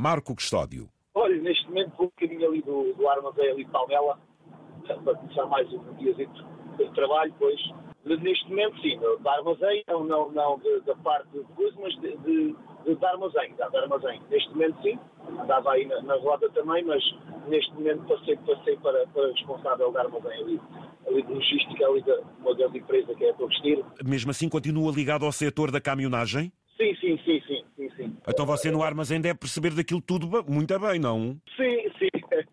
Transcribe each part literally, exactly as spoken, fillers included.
Marco Custódio. Olha, neste momento vou um bocadinho ali do, do armazém ali de Palmela, para começar mais um dia de trabalho, pois. Neste momento, sim, de armazém, não, não, não de, da parte de coisa, mas de, de, de, de armazém, de armazém. Neste momento, sim, andava aí na, na rota também, mas neste momento passei, passei para, para responsável da armazém ali, ali de logística, ali de uma grande empresa que é a Torrestir. Mesmo assim, continua ligado ao setor da caminhonagem? Sim, sim, sim, sim, sim, sim. Então você no armazém deve perceber daquilo tudo muito bem, não? Sim, sim.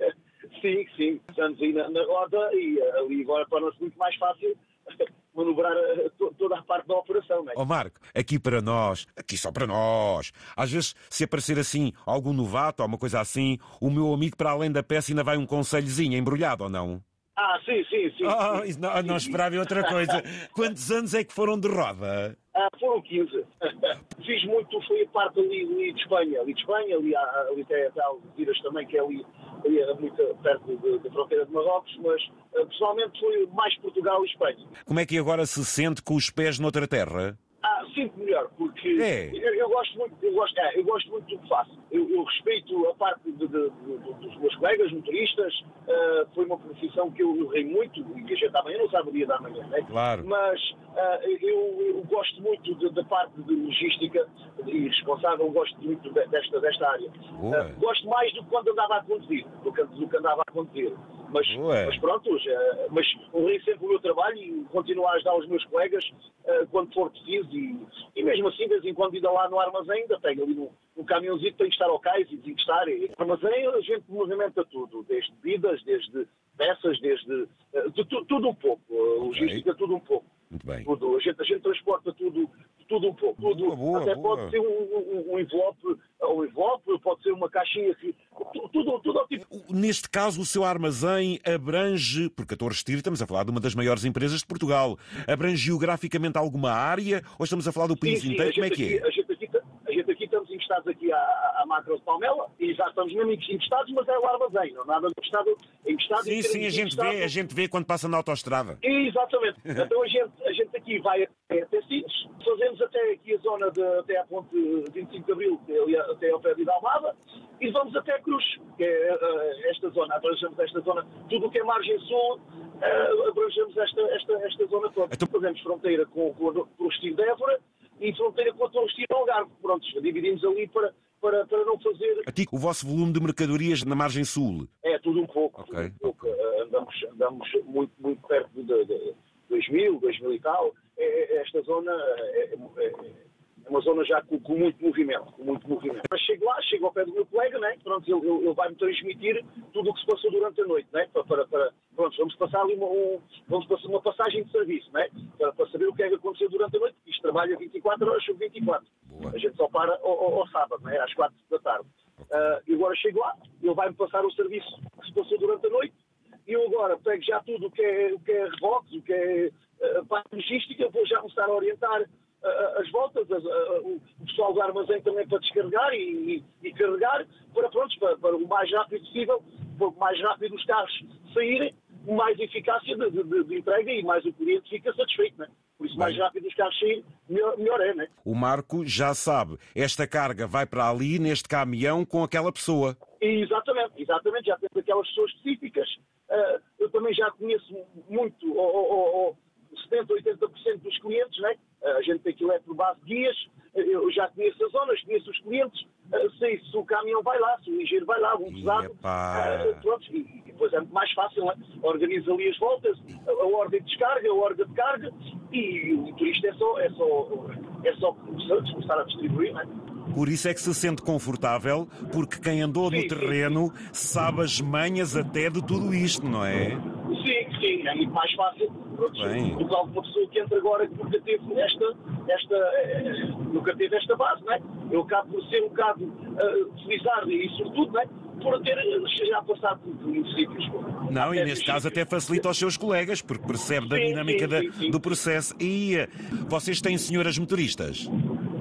Sim, sim. Estamos aí na, na roda e ali agora torna-se muito mais fácil manobrar toda a parte da operação, não é? Ó Marco, aqui para nós, aqui só para nós, às vezes se aparecer assim algum novato ou uma coisa assim, o meu amigo para além da peça ainda vai um conselhozinho embrulhado ou não? Ah, sim, sim, sim. Ah, sim. Isso não, não esperava outra coisa. Quantos anos é que foram de roda? Ah, foram quinze. Fiz muito, foi a parte ali, ali de Espanha, ali de Espanha, ali, ali até, até Algeciras também, que é ali, ali é muito perto da fronteira de Marrocos, mas pessoalmente foi mais Portugal e Espanha. Como é que agora se sente com os pés noutra terra? Ah, sinto melhor, porque é. eu, eu gosto muito, eu gosto, é, eu gosto muito do que faço. Eu, eu respeito a parte de, de, de, de, dos meus colegas motoristas, uh, foi uma profissão que eu errei muito, e que a gente amanhã não sabe o dia da manhã, né? Claro. Mas uh, eu, eu gosto muito de, da parte de logística e responsável, gosto muito desta, desta área. Uh, gosto mais do que quando andava a conduzir, do que, do que andava a conduzir. Mas, mas pronto, uh, mas honrei sempre o meu trabalho e continuo a ajudar os meus colegas uh, quando for preciso e, e mesmo assim, de vez em quando, ainda lá no armazém, ainda pego ali no, no caminhãozinho para encostar ao cais e desencostar. E no armazém a gente movimenta tudo, desde bebidas, desde peças, desde uh, de, tu, tudo um pouco, uh, logística, okay. Tudo um pouco. Muito bem. Tudo. A, gente, a gente transporta tudo, tudo um pouco. Tudo, boa, boa, até boa. pode ser um, um, um envelope, um envelope, pode ser uma caixinha, tudo, tudo, tudo ao tipo. Neste caso, o seu armazém abrange, porque a Torrestir, estamos a falar de uma das maiores empresas de Portugal, abrange geograficamente alguma área ou estamos a falar do país sim, sim, inteiro? Como é que aqui, é? A gente aqui, a gente aqui estamos encostados aqui à, à macro de Palmela e já estamos mesmo encostados, mas é o armazém, não nada encostado. encostado sim, sim, a gente, vê, a gente vê quando passa na autoestrada. Exatamente. Então a gente, a gente aqui vai até Sines, fazemos até aqui a zona de, até a ponte vinte e cinco de Abril, que é ali até ao pé de Almada, e vamos até Cruz, que é uh, esta zona, abrangemos esta zona, tudo o que é margem sul, uh, abrangemos esta, esta, esta zona toda. Então fazemos fronteira com, com o Torrestir de Évora e fronteira com a Torrestir de Algarve. Pronto, dividimos ali para, para, para não fazer... O vosso volume de mercadorias na margem sul? É, tudo um pouco. Okay. Tudo um pouco. Uh, andamos, andamos muito, muito perto de, de dois mil, dois mil e tal. É, esta zona é, é, é uma zona já com, com muito movimento, com muito movimento. Mas chego lá, chego ao pé do meu colega, né? Pronto, ele, ele vai-me transmitir tudo o que se passou durante a noite, né? Para, para, para, pronto, vamos passar ali uma, um, vamos passar uma passagem de serviço, né? Para, para saber o que é que aconteceu durante a noite, porque isto trabalha vinte e quatro horas sobre vinte e quatro. Boa. A gente só para ao, ao, ao sábado, né? Às quatro da tarde. Uh, e agora chego lá, ele vai-me passar o serviço que se passou durante a noite, e eu agora pego já tudo o que é, o que é reboques, o que é uh, parte logística, vou já começar a orientar uh, as voltas, as, uh, o pessoal do armazém também para descarregar e, e, e carregar, para, pronto, para, para o mais rápido possível, para o mais rápido os carros saírem, mais eficácia de, de, de entrega e mais o cliente fica satisfeito, né? Por isso, mais rápido os carros saírem, melhor, melhor é, né? O Marco já sabe, esta carga vai para ali, neste caminhão, com aquela pessoa. Exatamente, exatamente, já temos aquelas pessoas específicas. Uh, eu também já conheço muito, ou, ou, ou setenta, oitenta por cento dos clientes, né? Uh, a gente tem aquilo é por base de guias, uh, eu já conheço as zonas, conheço os clientes, uh, sei se o caminhão vai lá, se o ligeiro vai lá, um pesado, uh, pronto, e, e depois é muito mais fácil, né? Organiza ali as voltas, a, a ordem de descarga, a ordem de carga, e o motorista é só, é só, é só começar a distribuir, né? Por isso é que se sente confortável, porque quem andou sim, no terreno sim, sim. sabe as manhas até de tudo isto, não é? Sim, sim, é muito mais fácil do que alguma pessoa que entra agora que nunca teve esta, esta, nunca teve esta base, não é? Eu acabo por ser um bocado uh, utilizado e sobretudo, não é? Por ter já passado por muitos sítios. Não, e neste caso até facilita aos seus colegas, porque percebe da dinâmica sim, sim, sim, sim. do processo. E vocês têm senhoras motoristas?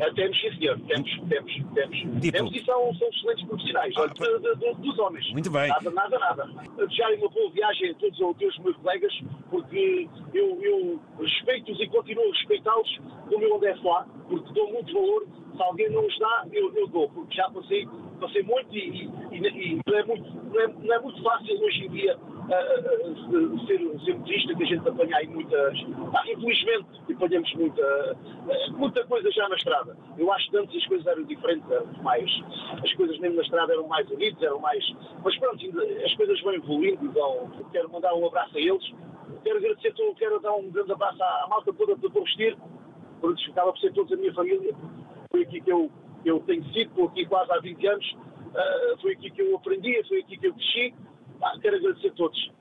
Uh, temos, sim, senhor. Temos, temos, temos. Tipo... Temos e são, são excelentes profissionais. Ah, Olha, de, de, de, dos homens. Muito bem. Nada, nada, nada. Desejarem uma boa viagem a todos, a todos os meus colegas, porque eu, eu respeito-os e continuo a respeitá-los como eu andei lá, porque dou muito valor. Se alguém não os dá, eu, eu dou, porque já passei, passei muito e, e, e não, é muito, não, é, não é muito fácil hoje em dia uh, uh, ser, ser motorista, que a gente apanha aí muitas... Ah, infelizmente, apanhamos muita, uh, muita coisa já na estrada. Eu acho que antes as coisas eram diferentes, eram mais, as coisas mesmo na estrada eram mais unidas, eram mais... Mas pronto, as coisas vão evoluindo, então quero mandar um abraço a eles, quero agradecer tudo, quero dar um grande abraço à, à malta toda de Vestir, porque ficava por ser todos a minha família. Foi aqui que eu, eu tenho sido, estou aqui quase há vinte anos, uh, foi aqui que eu aprendi, foi aqui que eu cresci. Ah, quero agradecer a todos.